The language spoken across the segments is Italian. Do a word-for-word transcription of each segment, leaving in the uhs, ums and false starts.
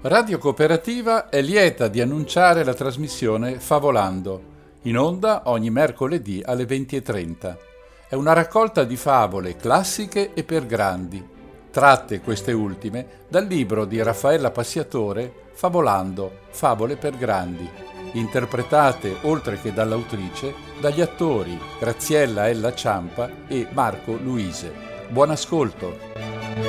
Radio Cooperativa è lieta di annunciare la trasmissione Favolando, in onda ogni mercoledì alle venti e trenta. È una raccolta di favole classiche e per grandi, tratte queste ultime dal libro di Raffaella Passiatore Favolando, favole per grandi, interpretate, oltre che dall'autrice, dagli attori Graziella Ella Ciampa e Marco Luise. Buon ascolto!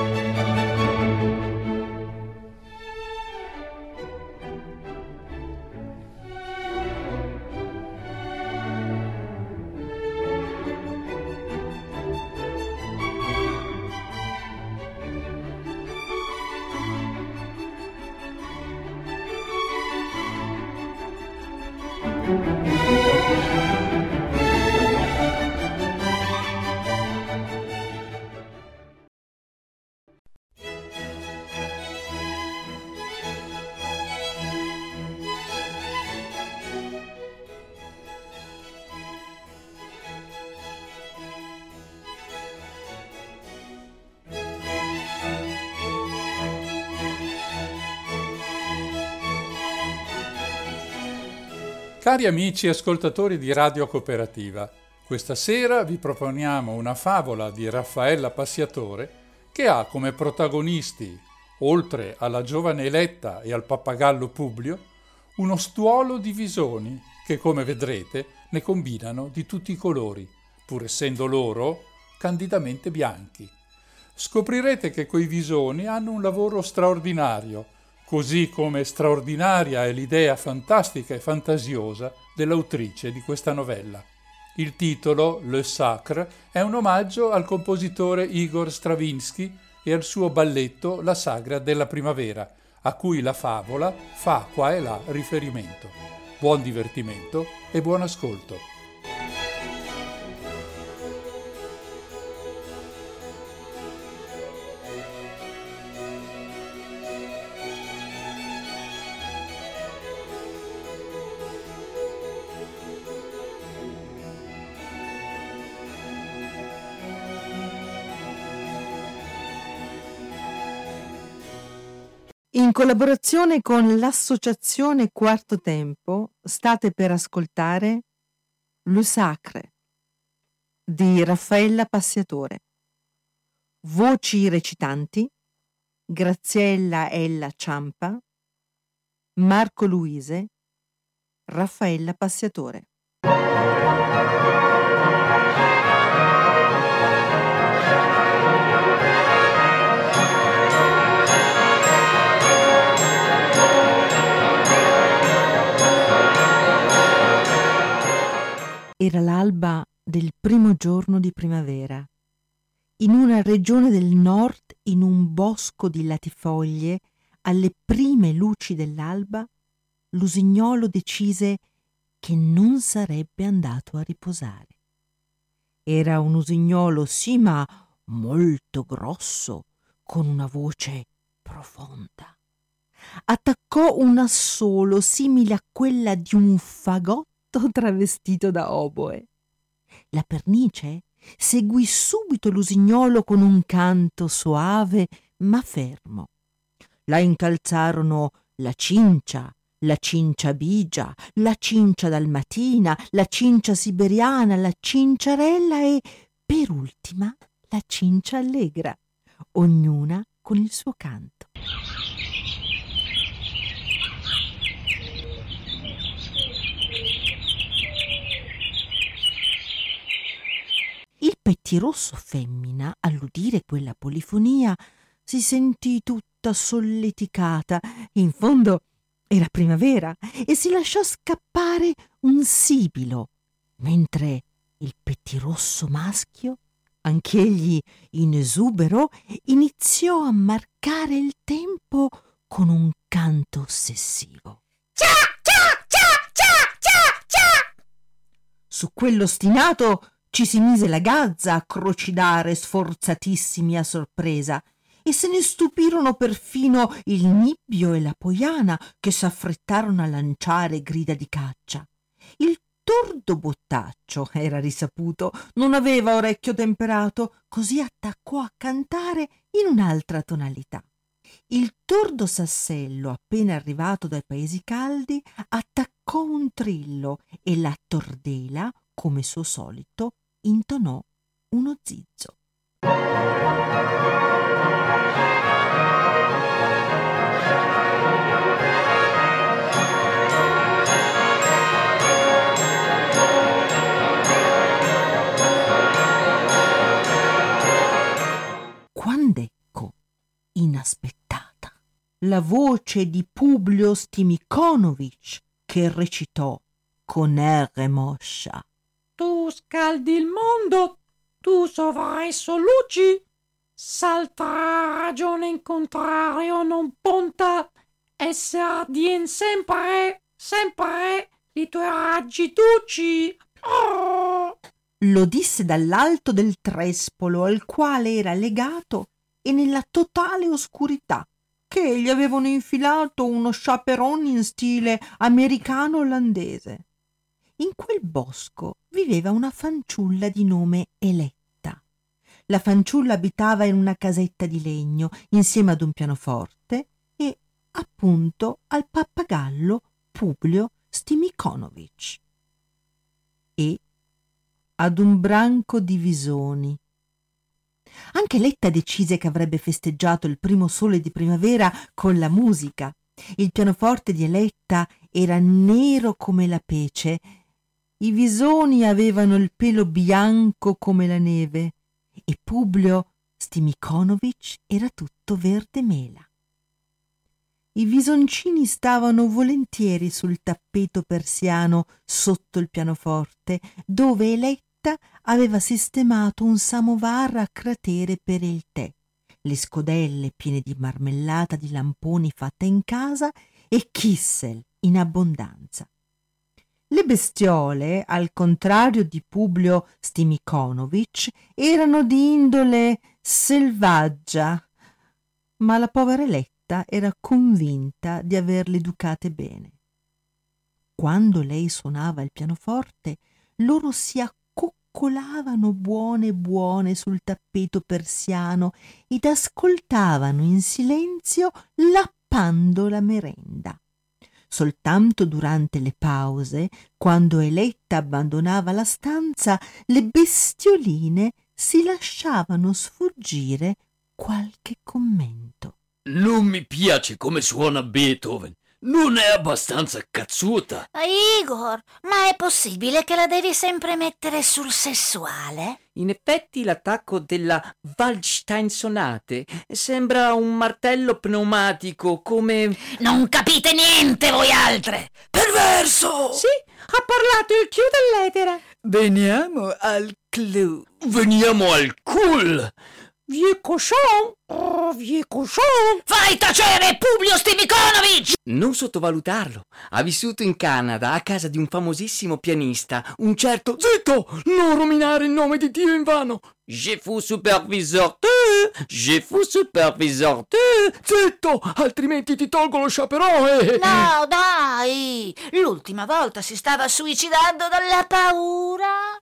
Cari amici ascoltatori di Radio Cooperativa, questa sera vi proponiamo una favola di Raffaella Passiatore che ha come protagonisti, oltre alla giovane Eletta e al pappagallo Publio, uno stuolo di visoni che, come vedrete, ne combinano di tutti i colori, pur essendo loro candidamente bianchi. Scoprirete che quei visoni hanno un lavoro straordinario, così come straordinaria è l'idea fantastica e fantasiosa dell'autrice di questa novella. Il titolo, Le Sacre, è un omaggio al compositore Igor Stravinsky e al suo balletto La Sagra della Primavera, a cui la favola fa qua e là riferimento. Buon divertimento e buon ascolto. In collaborazione con l'associazione Quarto Tempo state per ascoltare Le Sacre di Raffaella Passiatore. Voci recitanti: Graziella Ella Ciampa, Marco Luise, Raffaella Passiatore. Era l'alba del primo giorno di primavera. In una regione del nord, in un bosco di latifoglie, alle prime luci dell'alba, l'usignolo decise che non sarebbe andato a riposare. Era un usignolo, sì, ma molto grosso, con una voce profonda. Attaccò un assolo simile a quella di un fagotto travestito da oboe. La pernice seguì subito l'usignolo con un canto soave ma fermo. La incalzarono la cincia, la cincia bigia, la cincia dalmatina, la cincia siberiana, la cinciarella e, per ultima, la cincia allegra, ognuna con il suo canto. Il pettirosso femmina, all'udire quella polifonia, si sentì tutta solleticata. In fondo era primavera e si lasciò scappare un sibilo, mentre il pettirosso maschio, anch'egli in esubero, iniziò a marcare il tempo con un canto ossessivo. Cia, cia, cia, cia, cia, cia! Su quello ostinato ci si mise la gazza a crocidare sforzatissimi a sorpresa, e se ne stupirono perfino il nibbio e la poiana, che s'affrettarono a lanciare grida di caccia. Il tordo bottaccio, era risaputo, non aveva orecchio temperato, così attaccò a cantare in un'altra tonalità. Il tordo Sassello, appena arrivato dai paesi caldi, attaccò un trillo e la tordela, come suo solito, intonò uno zizzo. Quand'ecco, inaspettata, la voce di Publio Stimiconovich che recitò con erre moscia: Tu scaldi il mondo, tu sovresso luci, s'altra ragione in contrario non ponta, esser ardien sempre, sempre, i tuoi raggi duci. Oh! Lo disse dall'alto del trespolo al quale era legato e nella totale oscurità, che gli avevano infilato uno chaperon in stile americano-olandese. In quel bosco viveva una fanciulla di nome Eletta. La fanciulla abitava in una casetta di legno insieme ad un pianoforte e appunto al pappagallo Publio Stimiconovich e ad un branco di visoni. Anche Eletta decise che avrebbe festeggiato il primo sole di primavera con la musica. Il pianoforte di Eletta era nero come la pece, i visoni avevano il pelo bianco come la neve e Publio Stimiconovich era tutto verde mela. I visoncini stavano volentieri sul tappeto persiano sotto il pianoforte, dove Eletta aveva sistemato un samovar a cratere per il tè, le scodelle piene di marmellata di lamponi fatta in casa e kissel in abbondanza. Le bestiole, al contrario di Publio Stimiconovich, erano di indole selvaggia, ma la povera Eletta era convinta di averle educate bene. Quando lei suonava il pianoforte, loro si accoccolavano buone buone sul tappeto persiano ed ascoltavano in silenzio lappando la merenda. Soltanto durante le pause, quando Eletta abbandonava la stanza, le bestioline si lasciavano sfuggire qualche commento. Non mi piace come suona Beethoven. Non è abbastanza cazzuta. Igor, ma è possibile che la devi sempre mettere sul sessuale? In effetti l'attacco della Waldstein Sonate sembra un martello pneumatico, come... Non capite niente voi altre! Perverso! Sì, ha parlato il clou dell'etere. Veniamo al clou. Veniamo al cool. Vieux cochon! Oh, vieux cochon! Fai tacere Publio Stimiconovich! Non sottovalutarlo. Ha vissuto in Canada a casa di un famosissimo pianista, un certo... Zitto! Non rovinare il nome di Dio invano! Je fus supervisor te! Je fus supervisor te! Zitto! Altrimenti ti tolgo lo chaperon e... No, dai! L'ultima volta si stava suicidando dalla paura.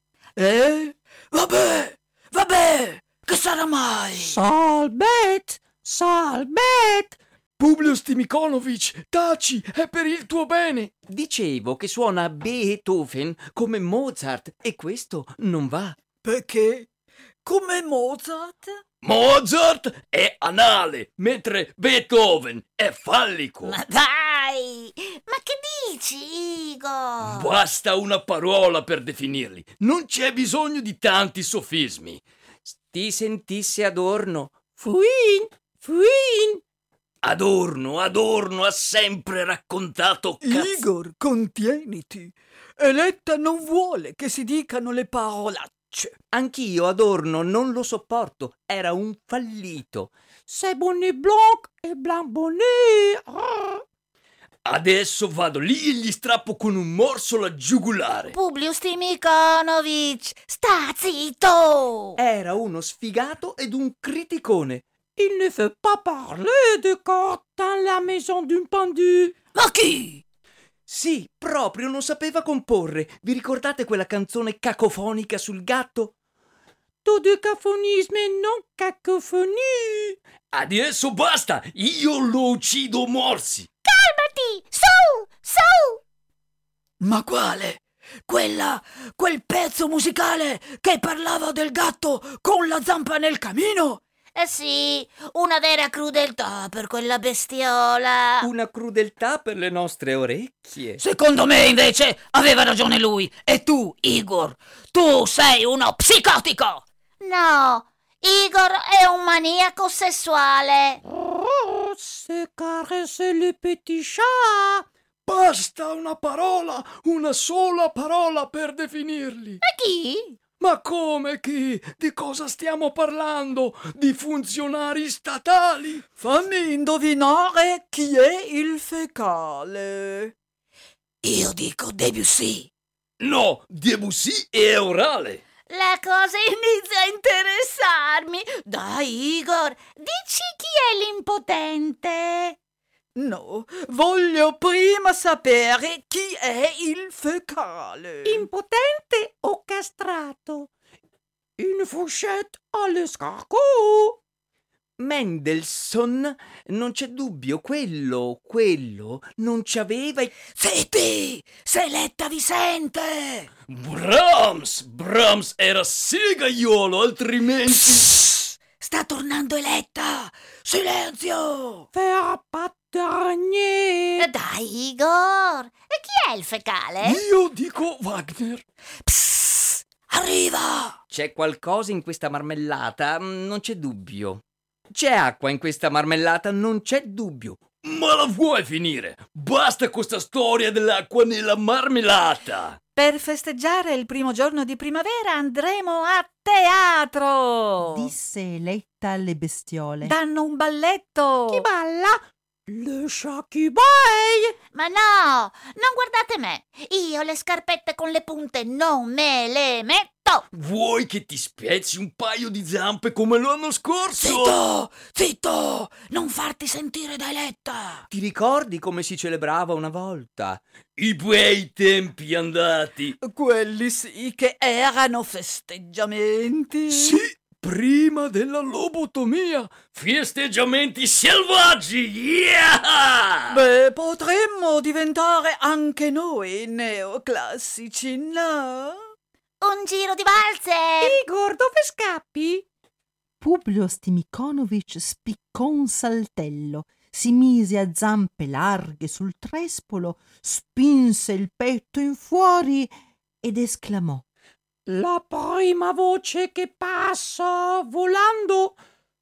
Eh? Vabbè! Vabbè! Che sarà mai? Salbet! Salbet! Publio Stimiconovich, taci, è per il tuo bene. Dicevo che suona Beethoven come Mozart e questo non va. Perché? Come Mozart? Mozart è anale, mentre Beethoven è fallico. Ma dai! Ma che dici, Igor? Basta una parola per definirli. Non c'è bisogno di tanti sofismi. Ti sentisse Adorno. Fuin! Fuin! Adorno, Adorno ha sempre raccontato cazz... Igor, contieniti. Eletta non vuole che si dicano le parolacce. Anch'io Adorno non lo sopporto. Era un fallito. C'est bonnet blanc e blanc bonnet. Ah. Adesso vado lì e gli strappo con un morso la giugulare. Publio Stimiconovich, sta zitto! Era uno sfigato ed un criticone. Il ne fait pas parler de corps dans la maison d'un pendu. Ma chi? Sì, proprio non sapeva comporre. Vi ricordate quella canzone cacofonica sul gatto? Dodecaphonisme e non cacophonie. Adesso basta, io lo uccido morsi. Calmati! Su! Su! Ma quale? Quella, quel pezzo musicale che parlava del gatto con la zampa nel camino? Eh sì, una vera crudeltà per quella bestiola. Una crudeltà per le nostre orecchie. Secondo me, invece, aveva ragione lui. E tu, Igor, tu sei uno psicotico. No, Igor è un maniaco sessuale. Oh, se caresse le petit chat. Basta una parola, una sola parola per definirli. E chi? Ma come chi? Di cosa stiamo parlando? Di funzionari statali? Fammi indovinare chi è il fecale. Io dico Debussy. No, Debussy è orale. La cosa inizia a interessarmi. Dai, Igor, dici chi è l'impotente. No, voglio prima sapere chi è il fecale. Impotente o castrato? Une fourchette all'escargot. Mendelssohn, non c'è dubbio, quello, quello non ci aveva... i- Zitti! Seletta vi sente! Brahms! Brahms era segaiolo, altrimenti... Sta tornando Eletta! Silenzio! Faire pas dernier. Dai, Igor! E chi è il fecale? Io dico Wagner. Psst! Arriva! C'è qualcosa in questa marmellata, mm, non c'è dubbio. C'è acqua in questa marmellata, non c'è dubbio. Ma la vuoi finire? Basta questa storia dell'acqua nella marmellata. Per festeggiare il primo giorno di primavera andremo a teatro! Disse Eletta alle bestiole. Danno un balletto! Chi balla? Le Shaky Boy. Ma no! Non guardate me! Io le scarpette con le punte non me le metto! Vuoi che ti spezzi un paio di zampe come l'anno scorso? Zitto! Zitto! Non farti sentire da Eletta! Ti ricordi come si celebrava una volta? I bei tempi andati. Quelli sì che erano festeggiamenti. Sì, prima della lobotomia. Festeggiamenti selvaggi. Yeah! Beh, potremmo diventare anche noi neoclassici, no? Un giro di valzer! Igor, dove scappi? Publio Stimiconovic spiccò un saltello, si mise a zampe larghe sul trespolo, spinse il petto in fuori ed esclamò: La prima voce che passa volando,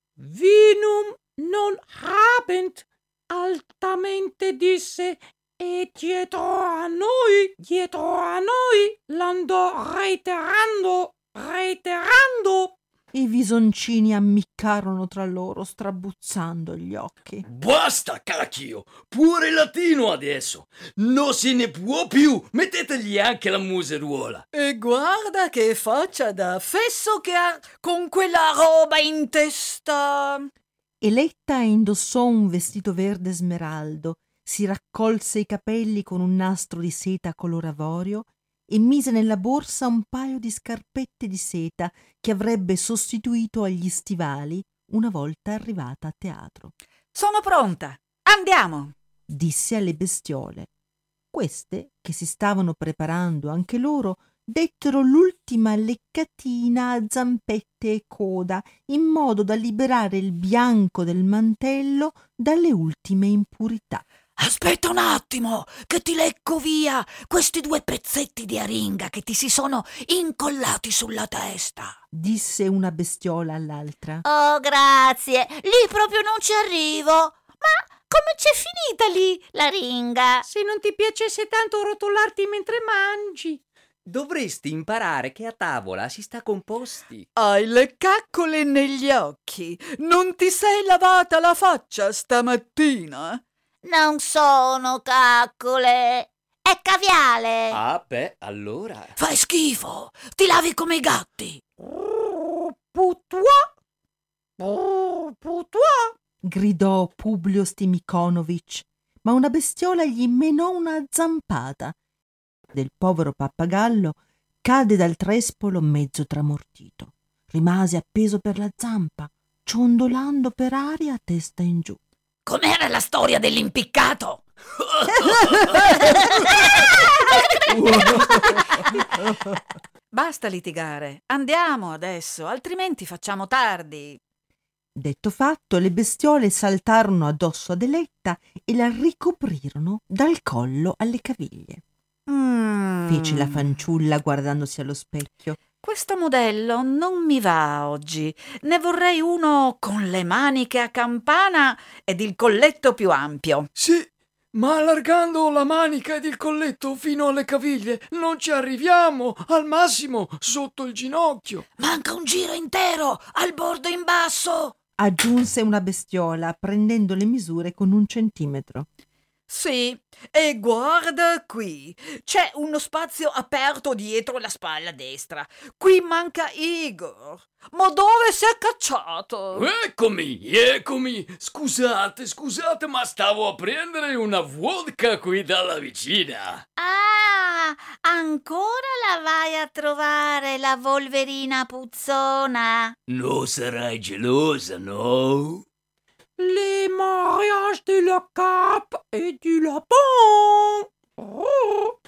vinum non habent, altamente disse, e dietro a noi, dietro a noi, l'andò reiterando, reiterando. I visoncini ammiccarono tra loro, strabuzzando gli occhi. Basta, cacchio! Pure latino adesso! Non se ne può più! Mettetegli anche la museruola! E guarda che faccia da fesso che ha con quella roba in testa. Eletta indossò un vestito verde smeraldo, si raccolse i capelli con un nastro di seta color avorio e mise nella borsa un paio di scarpette di seta che avrebbe sostituito agli stivali una volta arrivata a teatro. Sono pronta! Andiamo! Disse alle bestiole. Queste, che si stavano preparando anche loro, dettero l'ultima leccatina a zampette e coda, in modo da liberare il bianco del mantello dalle ultime impurità. Aspetta un attimo, che ti lecco via questi due pezzetti di aringa che ti si sono incollati sulla testa. Disse una bestiola all'altra. Oh, grazie, lì proprio non ci arrivo. Ma come c'è finita lì la ringa? Se non ti piacesse tanto rotolarti mentre mangi. Dovresti imparare che a tavola si sta composti. Hai le caccole negli occhi. Non ti sei lavata la faccia stamattina? Non sono caccole, è caviale. Ah, beh, allora... Fai schifo, ti lavi come i gatti. Putua! Putua! Gridò Publio Stimiconovic, ma una bestiola gli menò una zampata. Del povero pappagallo cadde dal trespolo mezzo tramortito. Rimase appeso per la zampa, ciondolando per aria a testa in giù. Com'era la storia dell'impiccato? Basta litigare, andiamo adesso, altrimenti facciamo tardi. Detto fatto, le bestiole saltarono addosso ad Eletta e la ricoprirono dal collo alle caviglie. Mm. Fece la fanciulla guardandosi allo specchio. Questo modello non mi va oggi. Ne vorrei uno con le maniche a campana ed il colletto più ampio. Sì, ma allargando la manica ed il colletto fino alle caviglie non ci arriviamo, al massimo sotto il ginocchio. Manca un giro intero al bordo in basso. Aggiunse una bestiola, prendendo le misure con un centimetro. Sì, e guarda qui, c'è uno spazio aperto dietro la spalla destra. Qui manca Igor. Ma dove si è cacciato? Eccomi, eccomi. Scusate, scusate, ma stavo a prendere una vodka qui dalla vicina. Ah, ancora la vai a trovare la Wolverina puzzona? Non sarai gelosa, no? Les mariages de la cape et du lapin. Oh.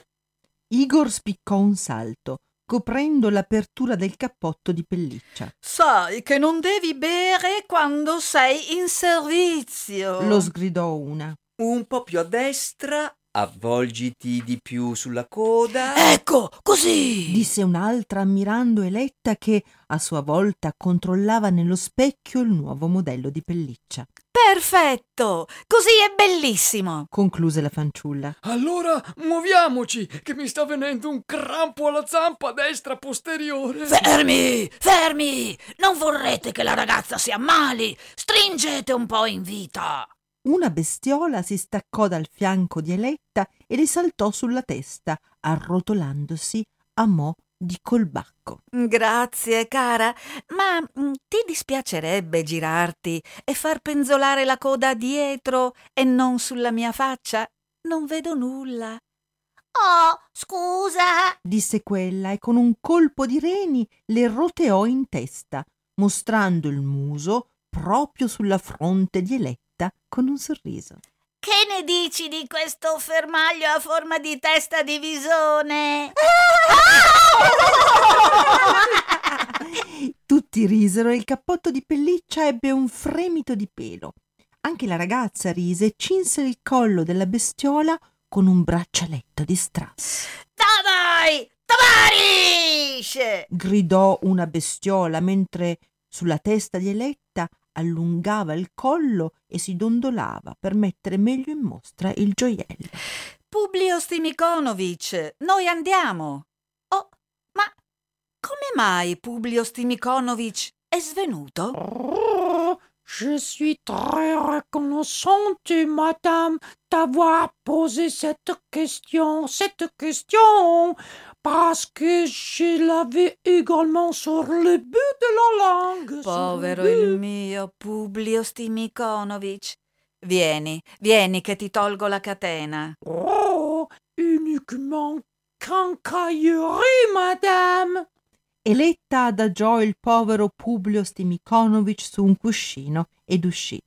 Igor spiccò un salto, coprendo l'apertura del cappotto di pelliccia. Sai che non devi bere quando sei in servizio. Lo sgridò una. Un po' più a destra, avvolgiti di più sulla coda. Ecco, così. Disse un'altra ammirando Eletta che a sua volta controllava nello specchio il nuovo modello di pelliccia. Perfetto, così è bellissimo. Concluse la fanciulla. Allora muoviamoci, che mi sta venendo un crampo alla zampa destra posteriore. Fermi, fermi. Non vorrete che la ragazza si ammali. Stringete un po' in vita. Una bestiola si staccò dal fianco di Eletta e le saltò sulla testa, arrotolandosi a mo' di colbacco. Grazie, cara, ma mm, ti dispiacerebbe girarti e far penzolare la coda dietro e non sulla mia faccia? Non vedo nulla. Oh, scusa. Disse quella e con un colpo di reni le roteò in testa, mostrando il muso proprio sulla fronte di Eletta con un sorriso. Che ne dici di questo fermaglio a forma di testa di visone? Tutti risero e il cappotto di pelliccia ebbe un fremito di pelo. Anche la ragazza rise e cinse il collo della bestiola con un braccialetto di strass. Dai, tovarish! Gridò una bestiola mentre sulla testa di Eletta allungava il collo e si dondolava per mettere meglio in mostra il gioiello. Publio Stimiconovic, noi andiamo. Oh, ma come mai Publio Stimiconovic è svenuto? Oh, je suis très reconnaissante, madame, d'avoir posé cette question, cette question, parce que je l'avais également sur le bout de la langue. Povero il mio Publio Stimiconovic. Vieni, vieni che ti tolgo la catena. Oh, uniquement quincaillerie, madame. Eletta adagiò il povero Publio Stimiconovic su un cuscino ed uscì.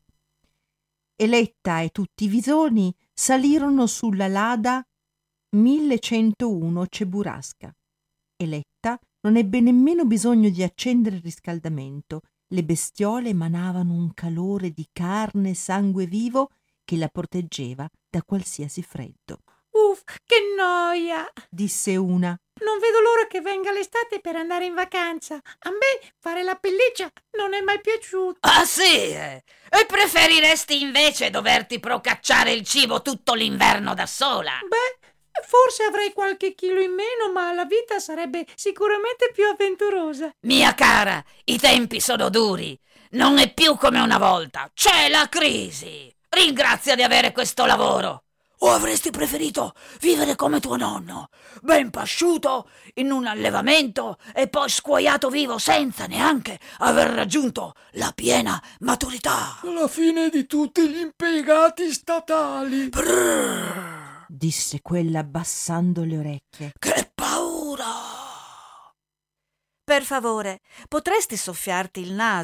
Eletta e tutti i visoni salirono sulla lada millecentouno Ceburasca. Eletta non ebbe nemmeno bisogno di accendere il riscaldamento. Le bestiole emanavano un calore di carne e sangue vivo che la proteggeva da qualsiasi freddo. Uff, che noia! Disse una. Non vedo l'ora che venga l'estate per andare in vacanza. A me fare la pelliccia non è mai piaciuto. Ah sì? eh? E preferiresti invece doverti procacciare il cibo tutto l'inverno da sola? Beh, forse avrei qualche chilo in meno, ma la vita sarebbe sicuramente più avventurosa. Mia cara, i tempi sono duri. Non è più come una volta. C'è la crisi. Ringrazia di avere questo lavoro. O avresti preferito vivere come tuo nonno, ben pasciuto, in un allevamento e poi scuoiato vivo senza neanche aver raggiunto la piena maturità? Alla fine di tutti gli impiegati statali. Brrr, disse quella abbassando le orecchie. che paura! Per favore, potresti soffiarti il naso?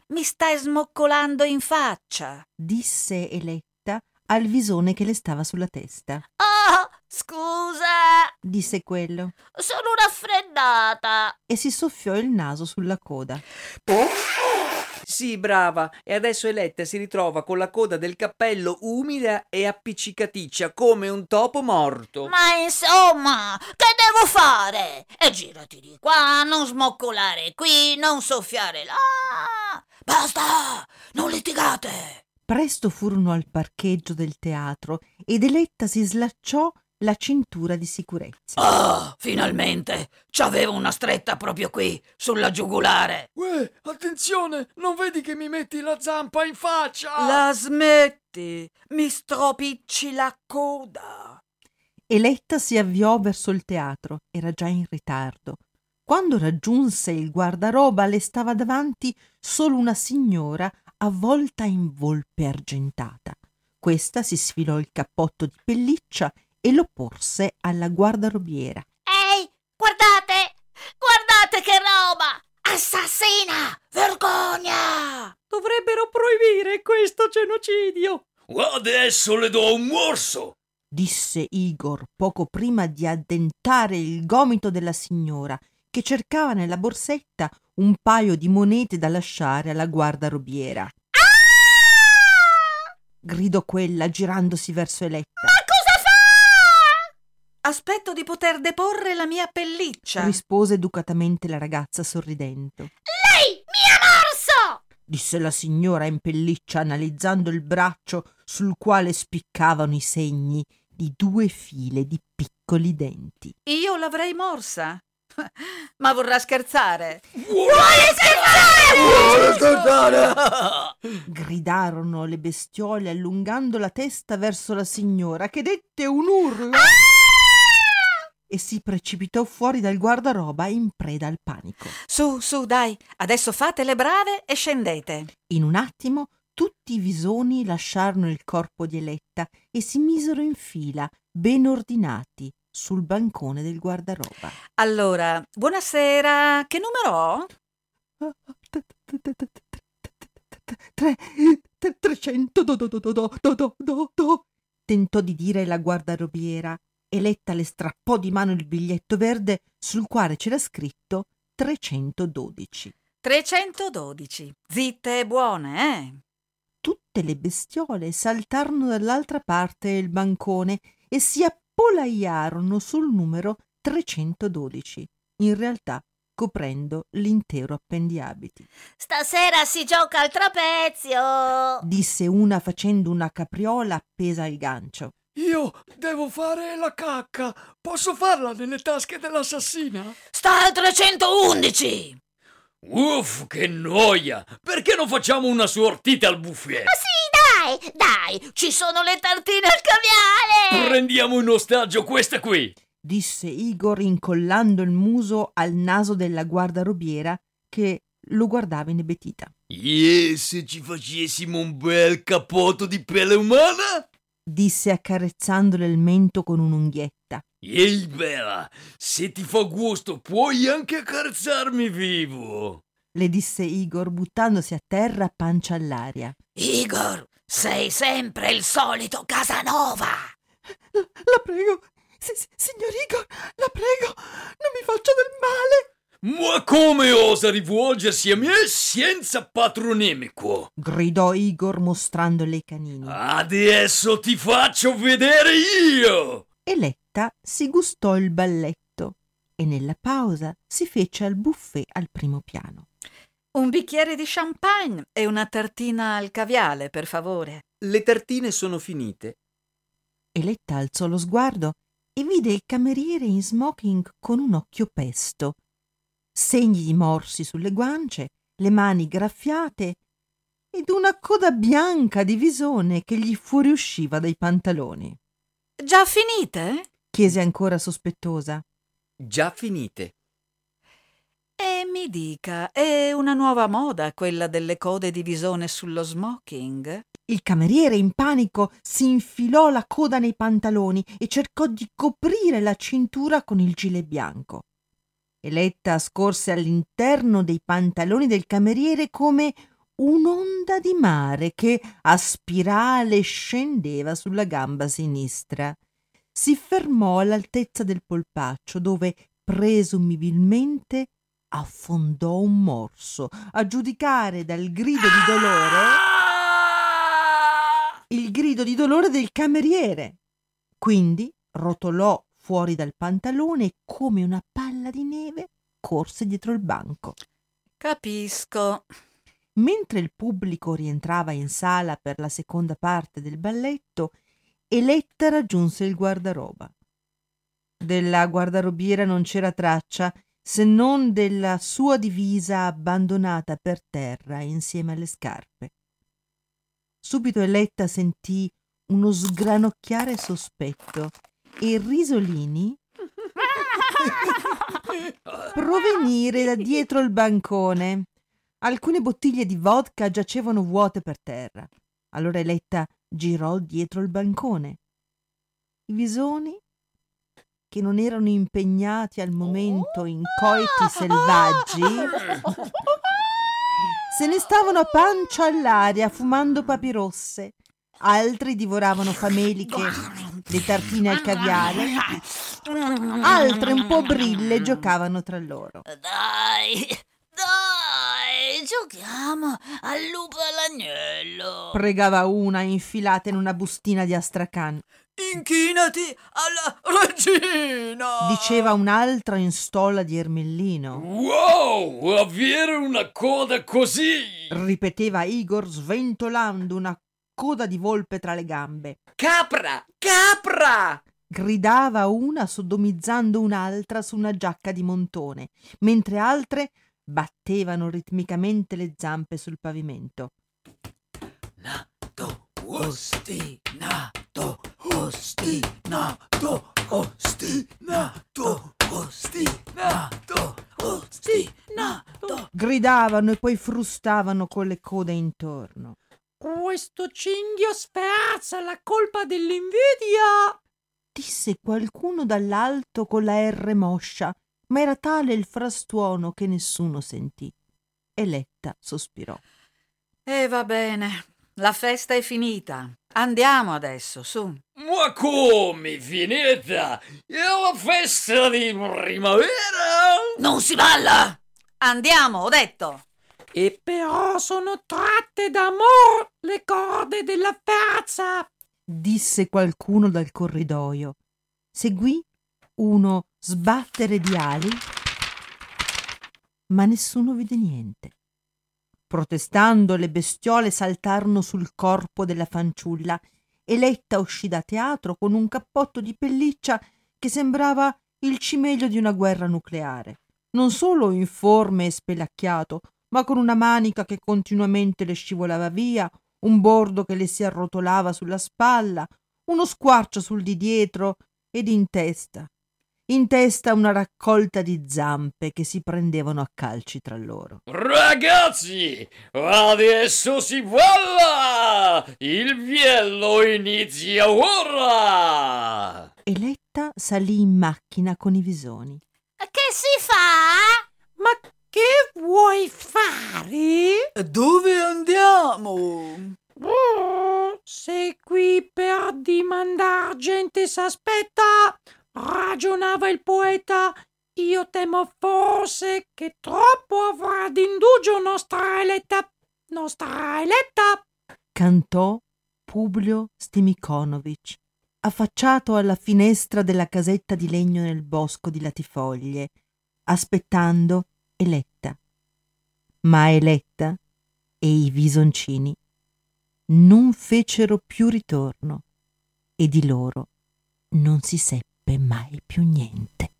mi stai smoccolando in faccia, disse Eletta al visone che le stava sulla testa. Oh, scusa, Disse quello sono raffreddata. e si soffiò il naso sulla coda. Sì, brava. E adesso Eletta si ritrova con la coda del cappello umida e appiccicaticcia come un topo morto. Ma insomma, che devo fare? E girati di qua, non smoccolare qui, non soffiare là. Basta, non litigate. Presto furono al parcheggio del teatro ed Eletta si slacciò la cintura di sicurezza. Oh, finalmente! C'avevo una stretta proprio qui, sulla giugulare. Uè, attenzione, non vedi che mi metti la zampa in faccia? la smetti, mi stropicci la coda. Eletta si avviò verso il teatro, era già in ritardo. Quando raggiunse il guardaroba le stava davanti solo una signora avvolta in volpe argentata. Questa si sfilò il cappotto di pelliccia e lo porse alla guardarobiera. Ehi, guardate! Guardate che roba! Assassina! Vergogna! Dovrebbero proibire questo genocidio. Adesso le do un morso! Disse Igor poco prima di addentare il gomito della signora, che cercava nella borsetta un paio di monete da lasciare alla guardarobiera. Ah! Gridò quella girandosi verso Eletta. Aspetto di poter deporre la mia pelliccia, Rispose educatamente la ragazza sorridendo. Lei mi ha morso! Disse la signora in pelliccia analizzando il braccio sul quale spiccavano i segni di due file di piccoli denti. io l'avrei morsa. Ma vorrà scherzare? Gridarono le bestiole allungando la testa verso la signora, che dette un urlo e si precipitò fuori dal guardaroba in preda al panico. Su, su, dai, adesso fate le brave e scendete. In un attimo tutti i visoni lasciarono il corpo di Eletta e si misero in fila, ben ordinati, sul bancone del guardaroba. Allora, buonasera, che numero ho? Tre, trecento, do, do, do, do, do, do, do, do, tentò di dire la guardarobiera. Eletta le strappò di mano il biglietto verde sul quale c'era scritto trecentododici. trecentododici. Zitte e buone, eh? Tutte le bestiole saltarono dall'altra parte del bancone e si appollaiarono sul numero trecentododici, in realtà coprendo l'intero appendiabiti. Stasera si gioca al trapezio. Disse una facendo una capriola appesa al gancio. Io devo fare la cacca. Posso farla nelle tasche dell'assassina? Sta al trecentoundici. Uff, che noia! Perché non facciamo una sortita al buffet? Ma sì, dai, dai, ci sono le tartine al caviale. Prendiamo in ostaggio questa qui. Disse Igor incollando il muso al naso della guardarobiera che lo guardava inebetita. E se ci facessimo un bel cappotto di pelle umana? Disse accarezzandole il mento con un'unghietta. Ehi bella, se ti fa gusto puoi anche accarezzarmi vivo. Le disse Igor buttandosi a terra a pancia all'aria. Igor, sei sempre il solito Casanova. La prego, si, si, signor Igor, la prego, non mi faccia del male. Ma come osa rivolgersi a me senza patronimico? Gridò Igor mostrandole i canini. Adesso ti faccio vedere io! Eletta si gustò il balletto e nella pausa si fece al buffet al primo piano. Un bicchiere di champagne e una tartina al caviale, per favore. Le tartine sono finite. Eletta alzò lo sguardo e vide il cameriere in smoking con un occhio pesto, segni di morsi sulle guance, le mani graffiate ed una coda bianca di visone che gli fuoriusciva dai pantaloni. Già finite? Chiese ancora sospettosa. Già finite. E mi dica, è una nuova moda quella delle code di visone sullo smoking? Il cameriere in panico si infilò la coda nei pantaloni e cercò di coprire la cintura con il gilet bianco. Eletta scorse all'interno dei pantaloni del cameriere come un'onda di mare che a spirale scendeva sulla gamba sinistra. Si fermò all'altezza del polpaccio, dove presumibilmente affondò un morso, a giudicare dal grido di dolore il grido di dolore del cameriere. Quindi rotolò fuori dal pantalone e, come una palla di neve, corse dietro il banco. Capisco. Mentre il pubblico rientrava in sala per la seconda parte del balletto, Eletta raggiunse il guardaroba. Della guardarobiera non c'era traccia, se non della sua divisa abbandonata per terra insieme alle scarpe. Subito Eletta sentì uno sgranocchiare sospetto e risolini provenire da dietro il bancone. Alcune bottiglie di vodka giacevano vuote per terra. Allora Eletta girò dietro il bancone. I visoni, che non erano impegnati al momento in coiti selvaggi, se ne stavano a pancia all'aria fumando papirosse. Altri divoravano fameliche le tartine al caviale, altre un po' brille giocavano tra loro. Dai, dai, giochiamo al lupo all'agnello. Pregava una infilata in una bustina di astracan. Inchinati alla regina! Diceva un'altra in stola di ermellino. Wow, avere una coda così! Ripeteva Igor sventolando una coda di volpe tra le gambe. Capra! Capra! Gridava una sodomizzando un'altra su una giacca di montone, mentre altre battevano ritmicamente le zampe sul pavimento. Nato, ostinato, ostinato, ostinato, ostinato, ostinato. Gridavano e poi frustavano con le code intorno. Questo cinghio sferza la colpa dell'invidia. Disse qualcuno dall'alto con la R moscia, ma era tale il frastuono che nessuno sentì. Eletta sospirò. E va bene, la festa è finita. Andiamo adesso, su. Ma come finita? È la festa di primavera? Non si balla! Andiamo, ho detto. E però sono tratte d'amor le corde della ferza. Disse qualcuno dal corridoio. Seguì uno sbattere di ali, ma nessuno vide niente. Protestando, le bestiole saltarono sul corpo della fanciulla. Eletta uscì da teatro con un cappotto di pelliccia che sembrava il cimelio di una guerra nucleare, non solo informe e spelacchiato, ma con una manica che continuamente le scivolava via, un bordo che le si arrotolava sulla spalla, uno squarcio sul di dietro ed in testa. In testa una raccolta di zampe che si prendevano a calci tra loro. Ragazzi, adesso si balla! Il viello inizia ora! Eletta salì in macchina con i visoni. Che si fa? Ma che vuoi fare? Dove andiamo? Oh, sei qui per dimandar gente s'aspetta. Ragionava il poeta. Io temo forse che troppo avrà d'indugio nostra Eletta. Nostra Eletta. Cantò Publio Stimiconovic, affacciato alla finestra della casetta di legno nel bosco di latifoglie, aspettando Eletta. Ma Eletta e i visoncini non fecero più ritorno e di loro non si seppe mai più niente.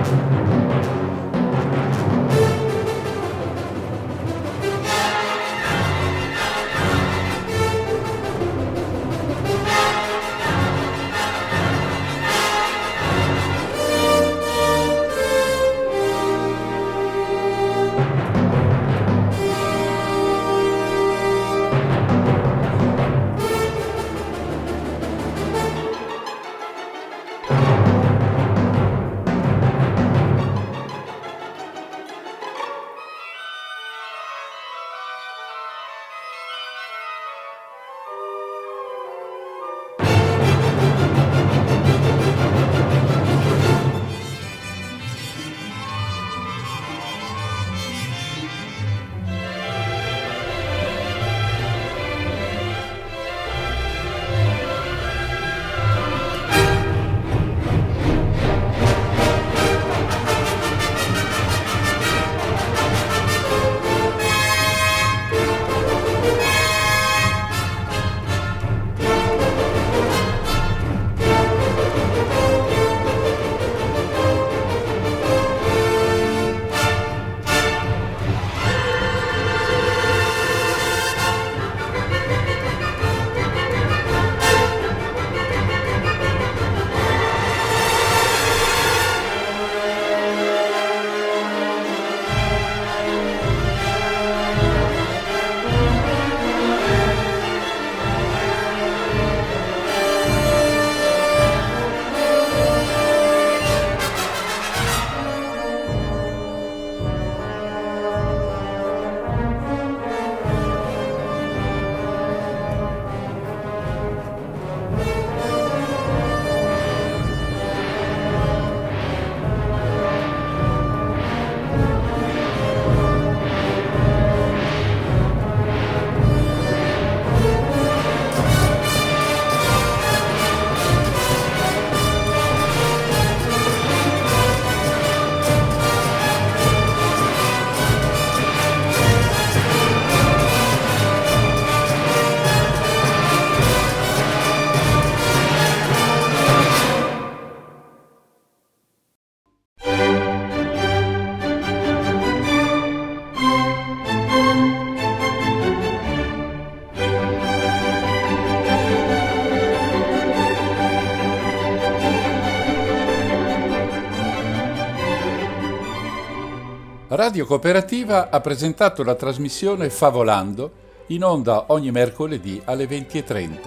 Radio Cooperativa ha presentato la trasmissione Favolando, in onda ogni mercoledì alle venti e trenta.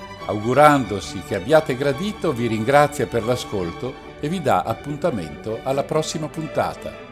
Augurandosi che abbiate gradito, vi ringrazia per l'ascolto e vi dà appuntamento alla prossima puntata.